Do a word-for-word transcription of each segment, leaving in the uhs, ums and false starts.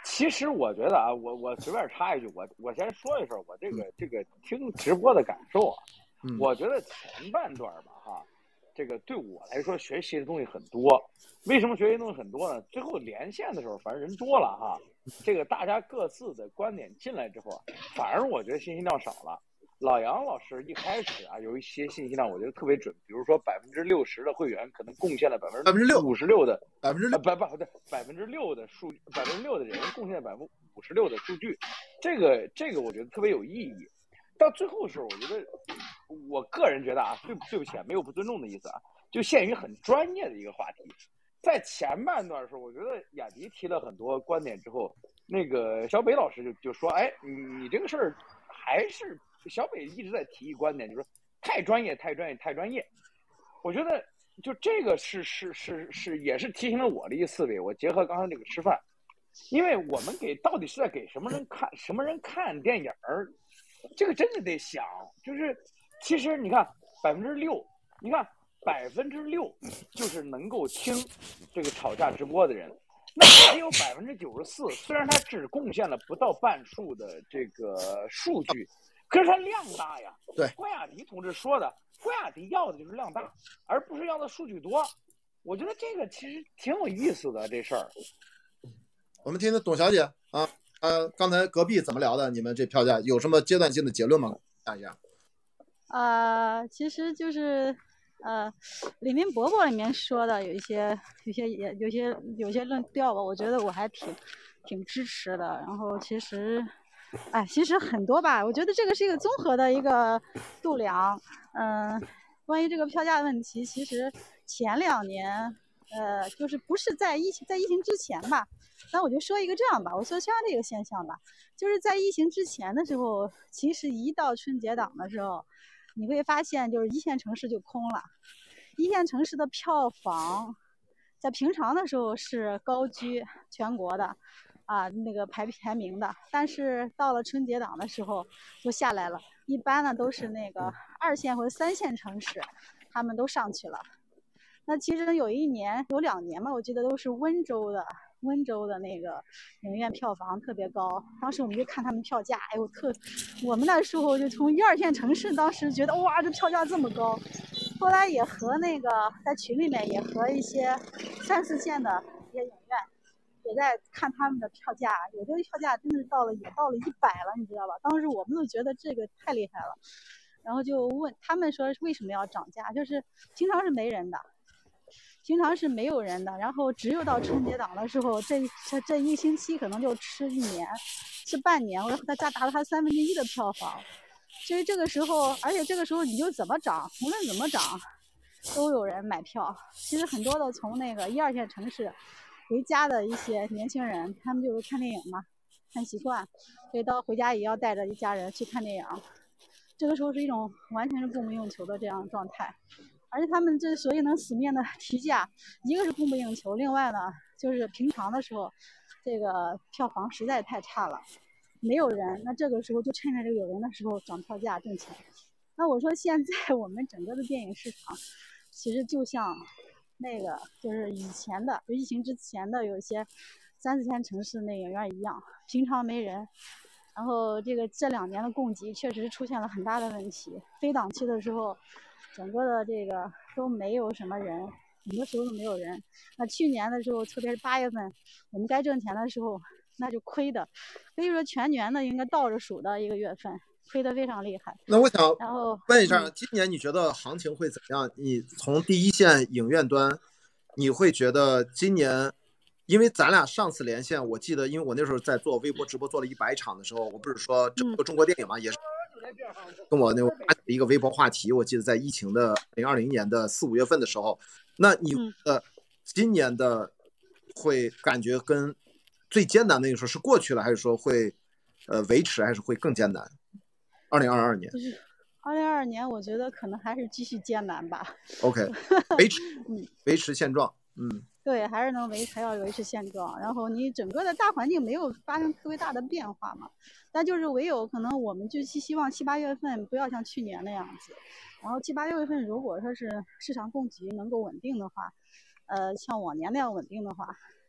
其实我觉得啊，我我随便插一句，我我先说一声我这个、嗯、这个听直播的感受啊。嗯、我觉得前半段吧，哈，这个对我来说学习的东西很多。为什么学习的东西很多呢？最后连线的时候，反正人多了哈，这个大家各自的观点进来之后，反而我觉得信息量少了。老杨老师一开始啊，有一些信息量我觉得特别准，比如说百分之六十的会员可能贡献了百分之五十六的百分之六不不不对百分之六的数百分之六的人贡献百分之五十六的数据，这个这个我觉得特别有意义。到最后的时候，我觉得我个人觉得啊，对对不起啊，没有不尊重的意思啊，就限于很专业的一个话题。在前半段的时候，我觉得雅迪提了很多观点之后，那个小北老师就就说，哎，你你这个事儿还是。小北一直在提一观点，就是说太专业、太专业、太专业。我觉得就这个是是是是也是提醒了我的一个思维。我结合刚才这个吃饭，因为我们给到底是在给什么人看什么人看电影儿，这个真的得想。就是其实你看百分之六，你看百分之六就是能够听这个吵架直播的人。那还有百分之九十四，虽然他只贡献了不到半数的这个数据。可是它量大呀， 对， 关雅迪同志说的，关雅迪要的就是量大，而不是要的数据多。我觉得这个其实挺有意思的这事儿。 我们听听董小姐啊，呃，刚才隔壁怎么聊的？你们这票价有什么阶段性的结论吗？看一下。 呃，其实就是呃，李明伯伯里面说的有一些、有些也有些有些论调吧，我觉得我还挺挺支持的。然后其实。哎，其实很多吧，我觉得这个是一个综合的一个度量。嗯、呃，关于这个票价问题，其实前两年，呃，就是不是在疫情在疫情之前吧，那我就说一个这样吧，我说这样的一个现象吧，就是在疫情之前的时候，其实一到春节档的时候，你会发现就是一线城市就空了，一线城市的票房，在平常的时候是高居全国的。啊，那个排排名的，但是到了春节档的时候就下来了。一般呢都是那个二线或者三线城市，他们都上去了。那其实有一年有两年嘛，我记得都是温州的，温州的那个影院票房特别高。当时我们就看他们票价，哎呦特，我们那时候就从一二线城市，当时觉得哇，这票价这么高。后来也和那个在群里面也和一些三四线的一些影院。也在看他们的票价，有的票价真的到了也到了一百了，你知道吧？当时我们都觉得这个太厉害了，然后就问他们说为什么要涨价，就是平常是没人的，平常是没有人的，然后只有到春节档的时候，这这这一星期可能就吃一年，吃半年，或者他加达到他三分之一的票房。所以这个时候，而且这个时候你就怎么涨，无论怎么涨，都有人买票。其实很多的从那个一二线城市。回家的一些年轻人，他们就是看电影嘛，看习惯，所以到回家也要带着一家人去看电影。这个时候是一种完全是供不应求的这样状态，而且他们之所以能死命的提价，一个是供不应求，另外呢就是平常的时候，这个票房实在太差了，没有人，那这个时候就趁着这个有人的时候涨票价挣钱。那我说现在我们整个的电影市场，其实就像。那个就是以前的，就疫情之前的有一些三四线城市那影院一样，平常没人。然后这个这两年的供给确实出现了很大的问题，非档期的时候，整个的这个都没有什么人，很多时候都没有人。那去年的时候，特别是八月份，我们该挣钱的时候，那就亏的，所以说全年的应该倒着数的一个月份。亏得非常厉害。 那我想问一下， 嗯、 今年你觉得行情会怎么样？你从第一线影院端，你会觉得今年，因为咱俩上次连线，我记得，因为我那时候在做微博直播做了一百场的时候，我不是说整个中国电影嘛，也是跟我那一个微博话题，我记得在疫情的二零二零年的四五月份的时候，那你呃今年的会感觉跟最艰难的那个时候是过去了，还是说会呃维持，还是会更艰难？二零二二年， 二零二二年，我觉得可能还是继续艰难吧。 OK， 维持，维持现状，嗯， 对，还是能维，还要维持现状。然后你整个的大环境没有发生特别大的变化嘛，但就是唯有可能我们就希希望七八月份不要像去年那样子。然后七八月份如果说是市场供给能够稳定的话，呃，像往年那样稳定的话，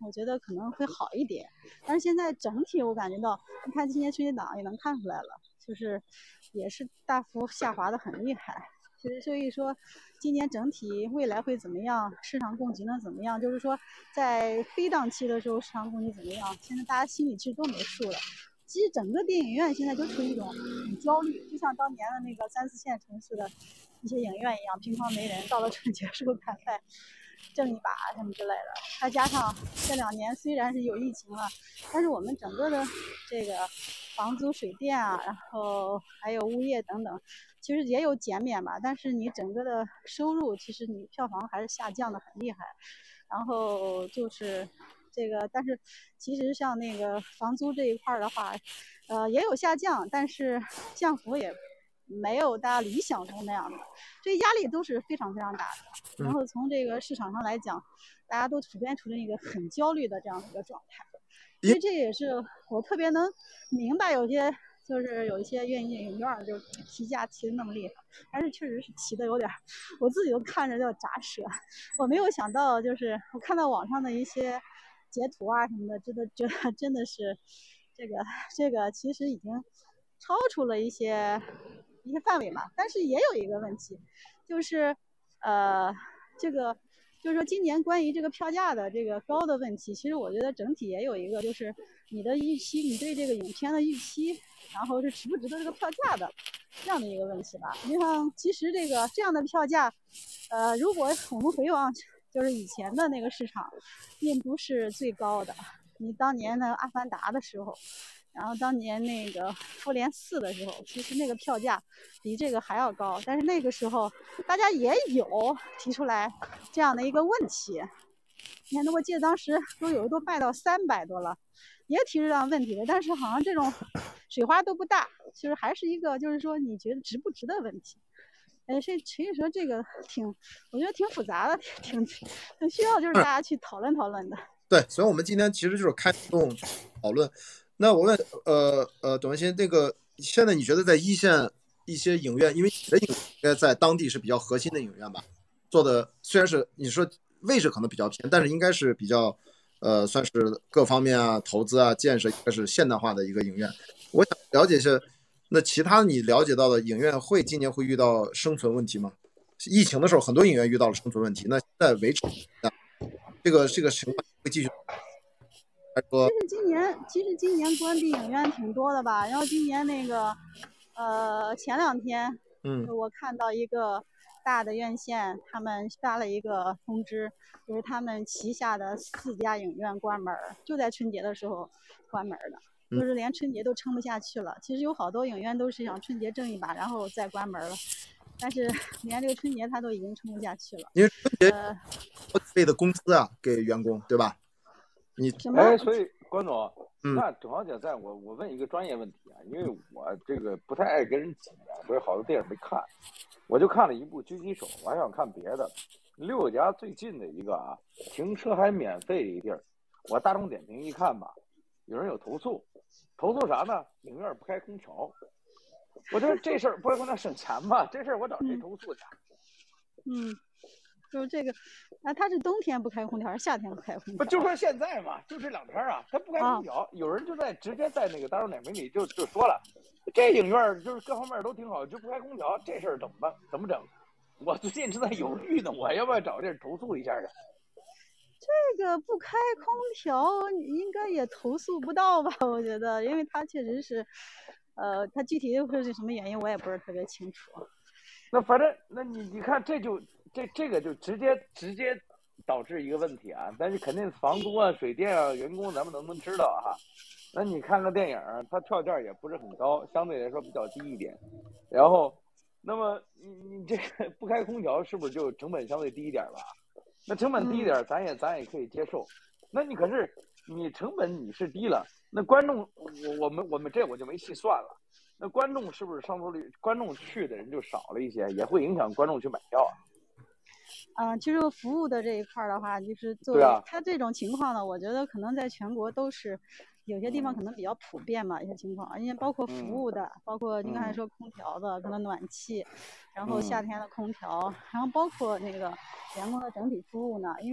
我觉得可能会好一点。但是现在整体我感觉到，你看今年春节档也能看出来了，就是也是大幅下滑的很厉害。其实所以说，今年整体未来会怎么样，市场供给能怎么样？就是说，在非档期的时候市场供给怎么样？现在大家心里其实都没数了。其实整个电影院现在就处于一种很焦虑，就像当年的那个三四线城市的一些影院一样，平常没人，到了春节时候赶快挣一把什么之类的。再加上这两年虽然是有疫情了，但是我们整个的这个房租、水电啊，然后还有物业等等，其实也有减免吧，但是你整个的收入其实你票房还是下降的很厉害。然后就是这个，但是其实像那个房租这一块的话，呃，也有下降，但是降幅也没有大家理想中那样的，这压力都是非常非常大的。然后从这个市场上来讲，大家都普遍处于一个很焦虑的这样的一个状态。所以这也是我特别能明白，有些就是有一些院影院就提价提的那么厉害，但是确实是提的有点，我自己都看着要咋舌。我没有想到，就是我看到网上的一些截图啊什么的，真的觉得真的是这个这个其实已经超出了一些一些范围嘛。但是也有一个问题，就是呃这个。就是说，今年关于这个票价的这个高的问题，其实我觉得整体也有一个，就是你的预期，你对这个影片的预期，然后是值不值得这个票价的这样的一个问题吧。就像其实这个这样的票价，呃，如果我们回望就是以前的那个市场，并不是最高的。你当年的《阿凡达》的时候。然后当年那个《复联四》的时候，其实那个票价比这个还要高，但是那个时候大家也有提出来这样的一个问题。你看，我记得当时都有都卖到三百多了，也提出这样问题的，但是好像这种水花都不大，其实还是一个就是说你觉得值不值的问题。哎，所以所以说这个挺，我觉得挺复杂的，挺挺需要就是大家去讨论讨论的。 对，所以我们今天其实就是开动讨论。那我问，呃呃，董文新，那个现在你觉得在一线一些影院，因为你的影院应该在当地是比较核心的影院吧，做的虽然是你说位置可能比较偏，但是应该是比较，呃，算是各方面啊、投资啊、建设应该是现代化的一个影院。我想了解一下，那其他你了解到的影院会今年会遇到生存问题吗？疫情的时候，很多影院遇到了生存问题，那现在维持这个这个情况会继续？ 其实今年其实今年关闭影院挺多的吧，然后今年那个呃前两天， 嗯， 我看到一个大的院线，他们发了一个通知，就是他们旗下的四家影院关门，就在春节的时候关门的，就是连春节都撑不下去了。其实有好多影院都是想春节挣一把，然后再关门了，但是连这个春节他都已经撑不下去了。 因为春节费的工资啊，给员工，对吧？你哎，所以关总， 嗯、 那正好讲在我我问一个专业问题啊，因为我这个不太爱跟人挤啊，所以好多电影没看，我就看了一部《狙击手》，我还想看别的。离我家最近的一个啊，停车还免费的一地儿，我大众点评一看吧，有人有投诉，投诉啥呢？影院不开空调。我觉得这事儿不是说那省钱吗？这事儿我找谁投诉去？ 嗯。就是这个，啊，他是冬天不开空调，还是夏天不开空调？ 不就说现在嘛，就这两天啊，他不开空调，啊、有人就在直接在那个大众点评里就就说了，这影院就是各方面都挺好，就不开空调，这事儿怎么办？怎么整？我最近正在犹豫呢，我要不要找地儿投诉一下去？ 这个不开空调应该也投诉不到吧？我觉得，因为他确实是，呃，他具体会是什么原因，我也不是特别清楚。 那反正，那你你看，这就这这个就直接直接导致一个问题啊，但是肯定房租啊、水电啊、员工咱们能不能知道哈、啊？那你看个电影，它票价也不是很高，相对来说比较低一点。然后，那么你你这个不开空调是不是就成本相对低一点吧？那成本低一点，咱也咱也可以接受。那你可是你成本你是低了，那观众我我们我们这我就没细算了。那观众是不是上座率？观众去的人就少了一些，也会影响观众去买票啊。 嗯、呃，其实服务的这一块的话，就是作为他这种情况呢，我觉得可能在全国都是，有些地方可能比较普遍嘛，一些情况，因为包括服务的， 嗯、 包括你刚才说空调的，可能暖气，然后夏天的空调，然后包括那个员工的整体服务呢，因为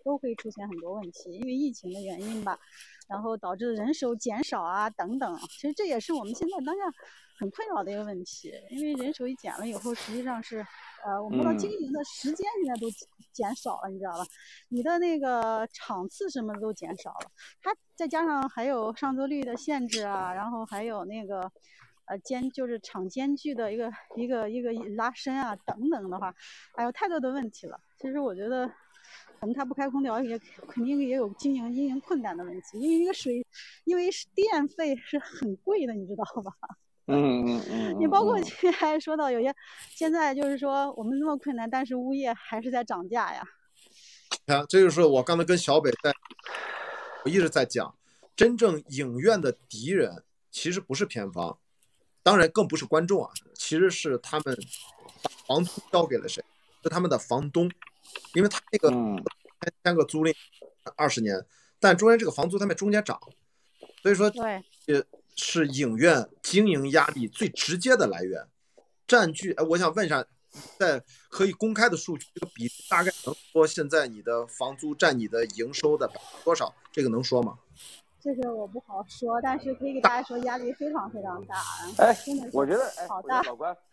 都会出现很多问题，因为疫情的原因吧，然后导致人手减少啊等等。其实这也是我们现在当下很困扰的一个问题，因为人手一减了以后，实际上是呃我们到经营的时间现在都减少了，你知道吧？你的那个场次什么的都减少了，它再加上还有上座率的限制啊，然后还有那个。呃，间就是场间距的一个一个一个拉伸啊，等等的话，还有太多的问题了。其实我觉得，可能他不开空调也肯定也有经营经营困难的问题，因为那个水，因为电费是很贵的，你知道吧？ 嗯嗯嗯。 你包括还说到有些，现在就是说我们那么困难，但是物业还是在涨价呀。 啊，这就是我刚才跟小北在，我一直在讲，真正影院的敌人其实不是片方。当然更不是观众啊，其实是他们把房租交给了谁？是他们的房东，因为他那个签个租赁二十年，但中间这个房租他们中间涨，所以说对， 是影院经营压力最直接的来源。占据，哎，我想问一下，在可以公开的数据，这个比例大概能说现在你的房租占你的营收的百分之多少？这个能说吗？ 这个我不好说，但是可以给大家说，压力非常非常大。 哎，我觉得，哎， 好的， 老关，